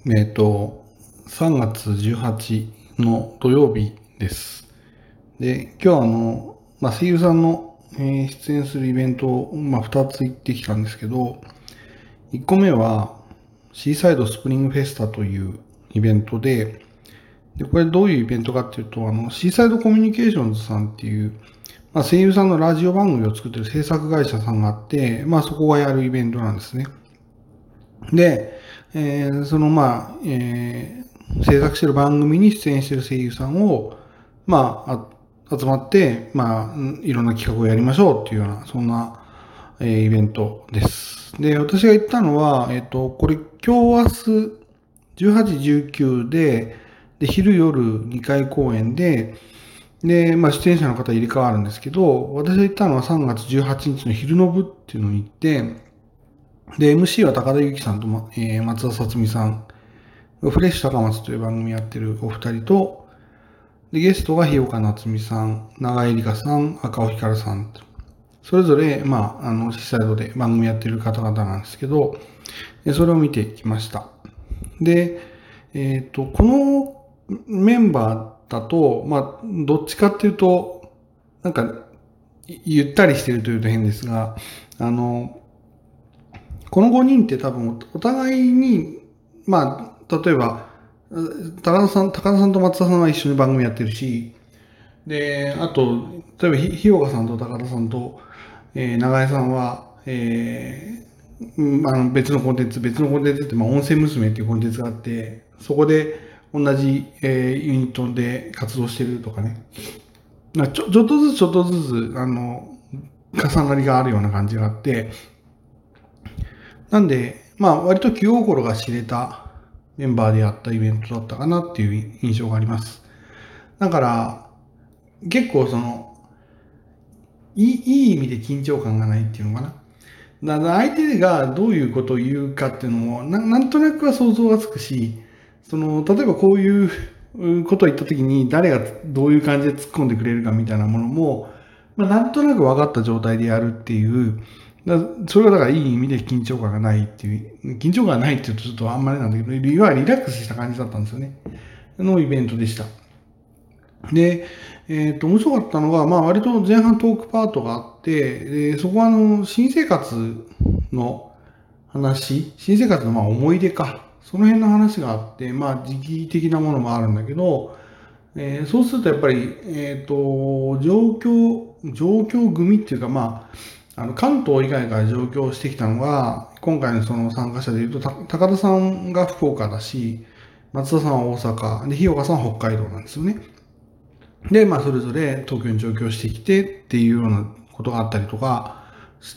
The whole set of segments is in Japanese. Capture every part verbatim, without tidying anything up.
えっと、さんがつじゅうはちの土曜日です。で、今日はあの、まあ、声優さんの、えー出演するイベントを、まあ、ふたつ行ってきたんですけど、いっこめは、シーサイドスプリングフェスタというイベントで、で、これどういうイベントかっていうと、あの、シーサイドコミュニケーションズさんっていう、まあ、声優さんのラジオ番組を作ってる制作会社さんがあって、まあ、そこがやるイベントなんですね。で、えーそのまあ、えー制作している番組に出演している声優さんを、まあ、あ集まって、まあ、うんいろんな企画をやりましょうっていうような、そんな、えーイベントです。で、私が行ったのは、えっと、これ今日明日じゅうはち、じゅうくで、で、昼夜にかい公演で、で、まあ、出演者の方入れ替わるんですけど、私が行ったのはさんがつじゅうはちにちの昼の部っていうのに行って、で、エムシー は高田由紀さんと、まえー松田さつみさん、フレッシュ高松という番組やってるお二人と、でゲストが日岡夏美さん、長井里香さん、赤尾ひかるさんと、それぞれ、まあ、あの、シーサイドで番組やってる方々なんですけど、でそれを見てきました。で、えっ、と、このメンバーだと、まあ、どっちかっていうと、なんか、ゆったりしてるというと変ですが、あの、このごにんって多分お互いに、まあ、例えば、高田さん、高田さんと松田さんは一緒に番組やってるし、で、あと、例えばひ、日岡さんと高田さんと、えー、長江さんは、えーうんあの別のコンテンツ、別のコンテンツって、まあ、音声娘っていうコンテンツがあって、そこで同じ、えーユニットで活動してるとかね。まあちょちょっとずつちょっとずつ、あの、重なりがあるような感じがあって、なんで、まあ、割と気心が知れたメンバーでやったイベントだったかなっていう印象があります。だから、結構その、いいいい意味で緊張感がないっていうのかな。だから相手がどういうことを言うかっていうのもな、なんとなくは想像がつくし、その、例えばこういうことを言った時に誰がどういう感じで突っ込んでくれるかみたいなものも、まあ、なんとなく分かった状態でやるっていう、だそれがだからいい意味で緊張感がないっていう、緊張感がないっていうとちょっとあんまりなんだけど、いわゆるリラックスした感じだったんですよね。のイベントでした。で、えっと、面白かったのが、まあ割と前半トークパートがあって、でそこはあの、新生活の話、新生活のまあ思い出か、その辺の話があって、まあ時期的なものもあるんだけど、えーそうするとやっぱり、えっと、状況、状況組っていうか、まあ、あの関東以外から上京してきたのが、今回のその参加者でいうと、た高田さんが福岡だし、松田さんは大阪、で、日岡さんは北海道なんですよね。で、まあ、それぞれ東京に上京してきてっていうようなことがあったりとかして、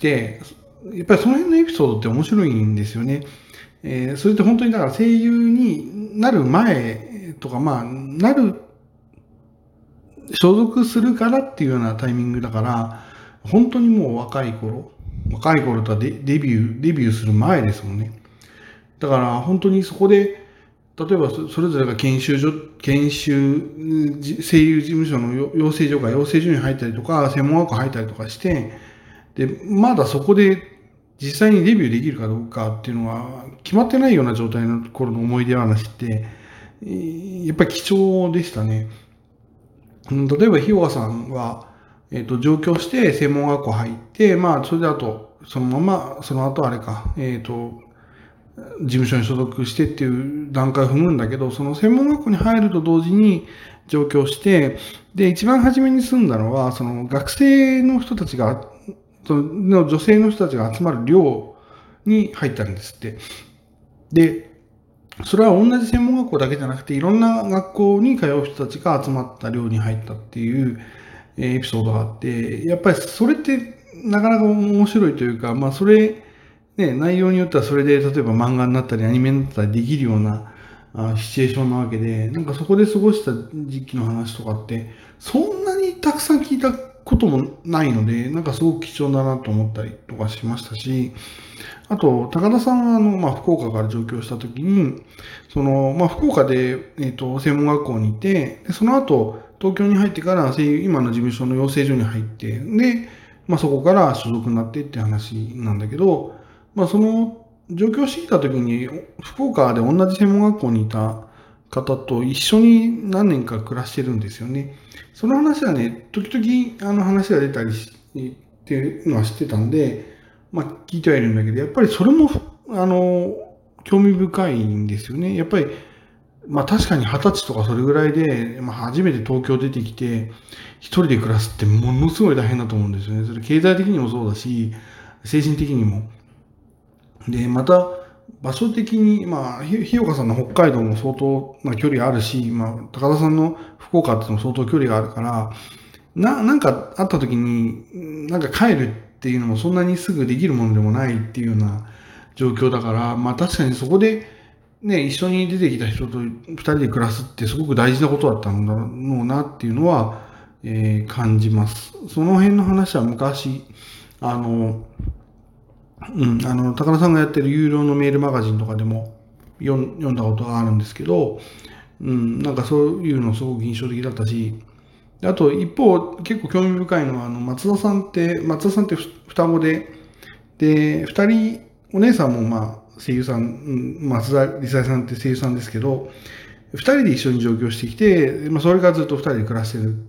やっぱりその辺のエピソードって面白いんですよね。えーそれって本当にだから声優になる前とか、まあ、なる、所属するからっていうようなタイミングだから、本当にもう若い頃、若い頃とはデデビュー、デビューする前ですもんね。だから本当にそこで、例えばそそれぞれが研修所、研修、じ声優事務所のよ養成所か養成所に入ったりとか、専門学校入ったりとかして、で、まだそこで実際にデビューできるかどうかっていうのは決まってないような状態の頃の思い出話って、えーやっぱり貴重でしたね。うん例えば、日岡さんは、えっ、と、上京して専門学校入って、まあ、それであと、そのまま、その後あれか、えっ、と、事務所に所属してっていう段階を踏むんだけど、その専門学校に入ると同時に上京して、で、一番初めに住んだのは、その学生の人たちが、その女性の人たちが集まる寮に入ったんですって。で、それは同じ専門学校だけじゃなくて、いろんな学校に通う人たちが集まった寮に入ったっていうえーエピソードがあって、やっぱりそれってなかなか面白いというか、まあそれ、ね、内容によってはそれで例えば漫画になったりアニメになったりできるようなあシチュエーションなわけで、なんかそこで過ごした時期の話とかって、そんなにたくさん聞いたこともないので、なんかすごく貴重だなと思ったりとかしましたし、あと、高田さんは、あの、まあ、福岡から上京したときに、その、まあ、福岡で、えっと、専門学校にいて、でその後、東京に入ってから、声優今の事務所の養成所に入って、で、まあ、そこから所属になってって話なんだけど、まあ、その、 上京してきた時に、福岡で同じ専門学校にいた方と一緒に何年か暮らしてるんですよね。その話はね、時々あの話が出たりしていうのは知ってたんで、まあ聞いてはいるんだけど、やっぱりそれも、あの、興味深いんですよね。やっぱり、まあ確かに二十歳とかそれぐらいで、まあ初めて東京出てきて、一人で暮らすってものすごい大変だと思うんですよね。それ経済的にもそうだし、精神的にも。で、また、場所的に、まあ、ひ日岡さんの北海道も相当な距離あるし、まあ、高田さんの福岡っていうのも相当距離があるから、な、なんかあった時に、なんか帰るっていうのもそんなにすぐできるものでもないっていうような状況だから、まあ確かにそこで、ね、一緒に出てきた人と二人で暮らすってすごく大事なことだったんだろうなっていうのは、えー感じます。その辺の話は昔、あの、うん、あの、高田さんがやってる有料のメールマガジンとかでも読ん読んだことがあるんですけど、うん、なんかそういうのすごく印象的だったし、あと一方、結構興味深いのは、あの、松田さんって、松田さんってふ双子で、で、二人、お姉さんもまあ声優さん、うん松田理沙さんって声優さんですけど、二人で一緒に上京してきて、まあそれからずっと二人で暮らしてるって、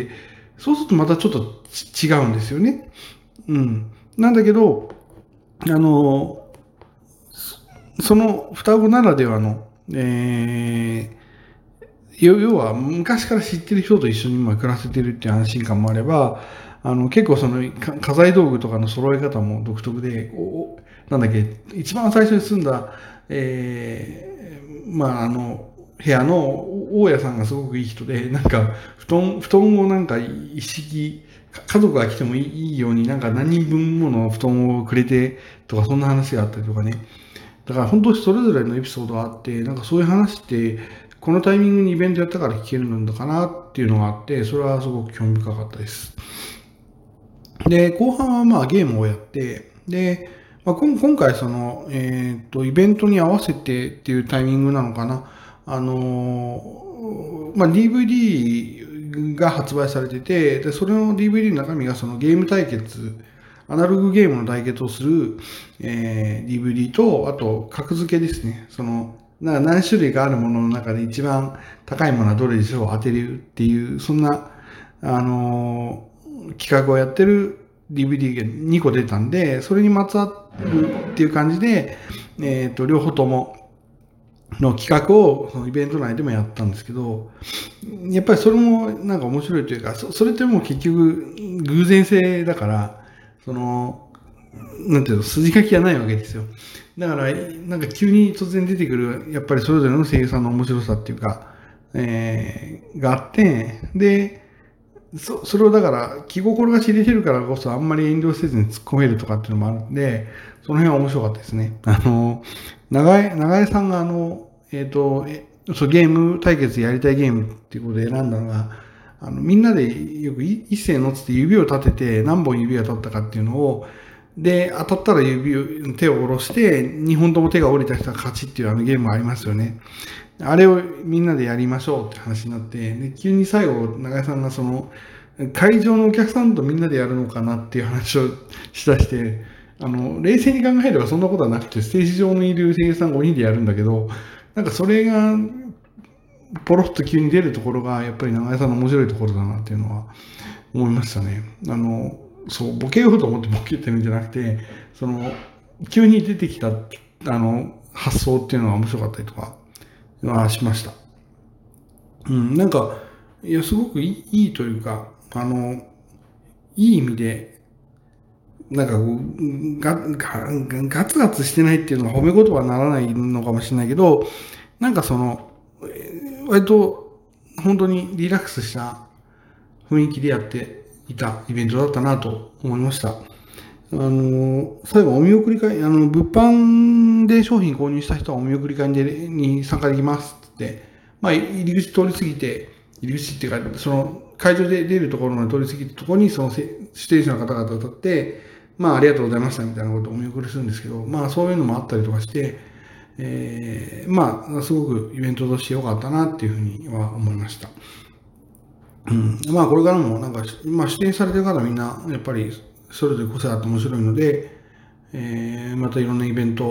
そうするとまたちょっとち違うんですよね。うん。なんだけど、あの、その双子ならではの、えー、要要は昔から知ってる人と一緒に今暮らせてるっていう安心感もあれば、あの結構そのか家財道具とかの揃え方も独特で、おなんだっけ、一番最初に住んだ、えー、まああの、部屋の大家さんがすごくいい人で、なんか布団、布団をなんか一式、か家族が来てもいいようになんか何人分もの布団をくれてとか、そんな話があったりとかね。だから本当にそれぞれのエピソードがあって、なんかそういう話って、このタイミングにイベントやったから聞けるのかなっていうのがあって、それはすごく興味深かったです。で、後半はまあゲームをやって、で、まあ、今今回その、えっと、イベントに合わせてっていうタイミングなのかな。あの、まあ、ディーブイディー が発売されてて、で、それの ディーブイディー の中身がそのゲーム対決、アナログゲームの対決をする、えー ディーブイディー と、あと、格付けですね。その、な何種類かあるものの中で一番高いものはどれでしょう当てるっていう、そんな、あの企画をやってる ディーブイディー がにこ出たんで、それにまつわるっていう感じで、えっと、両方ともの企画をそのイベント内でもやったんですけど、やっぱりそれもなんか面白いというか、そそれってもう結局偶然性だから、その、なんていうの、筋書きがないわけですよ。だから、なんか急に突然出てくる、やっぱりそれぞれの声優さんの面白さっていうか、えー、があって、で、そそれをだから気心が知れてるからこそあんまり遠慮せずに突っ込めるとかっていうのもあるんで、その辺は面白かったですね。あの、長江、長江さんがあの、えっ、と、えそうゲーム対決やりたいゲームっていうことで選んだのが、あのみんなでよくい一斉のつって指を立てて何本指が立ったかっていうのを、で、当たったら指を、手を下ろして、にほんとも手が降りた人が勝ちっていうあのゲームがありますよね。あれをみんなでやりましょうって話になって、で急に最後、長井さんがその、会場のお客さんとみんなでやるのかなっていう話をしだして、あの、冷静に考えればそんなことはなくて、ステージ上にいる声優さんごにんでやるんだけど、なんかそれが、ポロッと急に出るところが、やっぱり長井さんの面白いところだなっていうのは思いましたね。あの、そう、ボケようと思ってボケてるんじゃなくて、その、急に出てきた、あの、発想っていうのが面白かったりとか、はしました。うん、なんか、いや、すごくいいいいというか、あの、いい意味で、なんかこう、ガガガツガツしてないっていうのは褒め言葉にならないのかもしれないけど、なんかその、えー割と本当にリラックスした雰囲気でやっていたイベントだったなと思いました。あの、最後お見送り会、あの、物販で商品購入した人はお見送り会でに参加できますって、まあ、入り口通り過ぎて、入り口っていうか、その会場で出るところまで通り過ぎたところに、その指定者の方々が立って、まあ、ありがとうございましたみたいなことをお見送りするんですけど、まあ、そういうのもあったりとかして、えー、まあ、すごくイベントとして良かったなっていうふうには思いました。うん、まあこれからもなんか、まあ、指定されてる方みんなやっぱりそれぞれ個性あって面白いので、えー、またいろんなイベント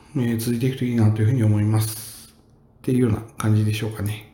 えー続いていくといいなというふうに思います。っていうような感じでしょうかね。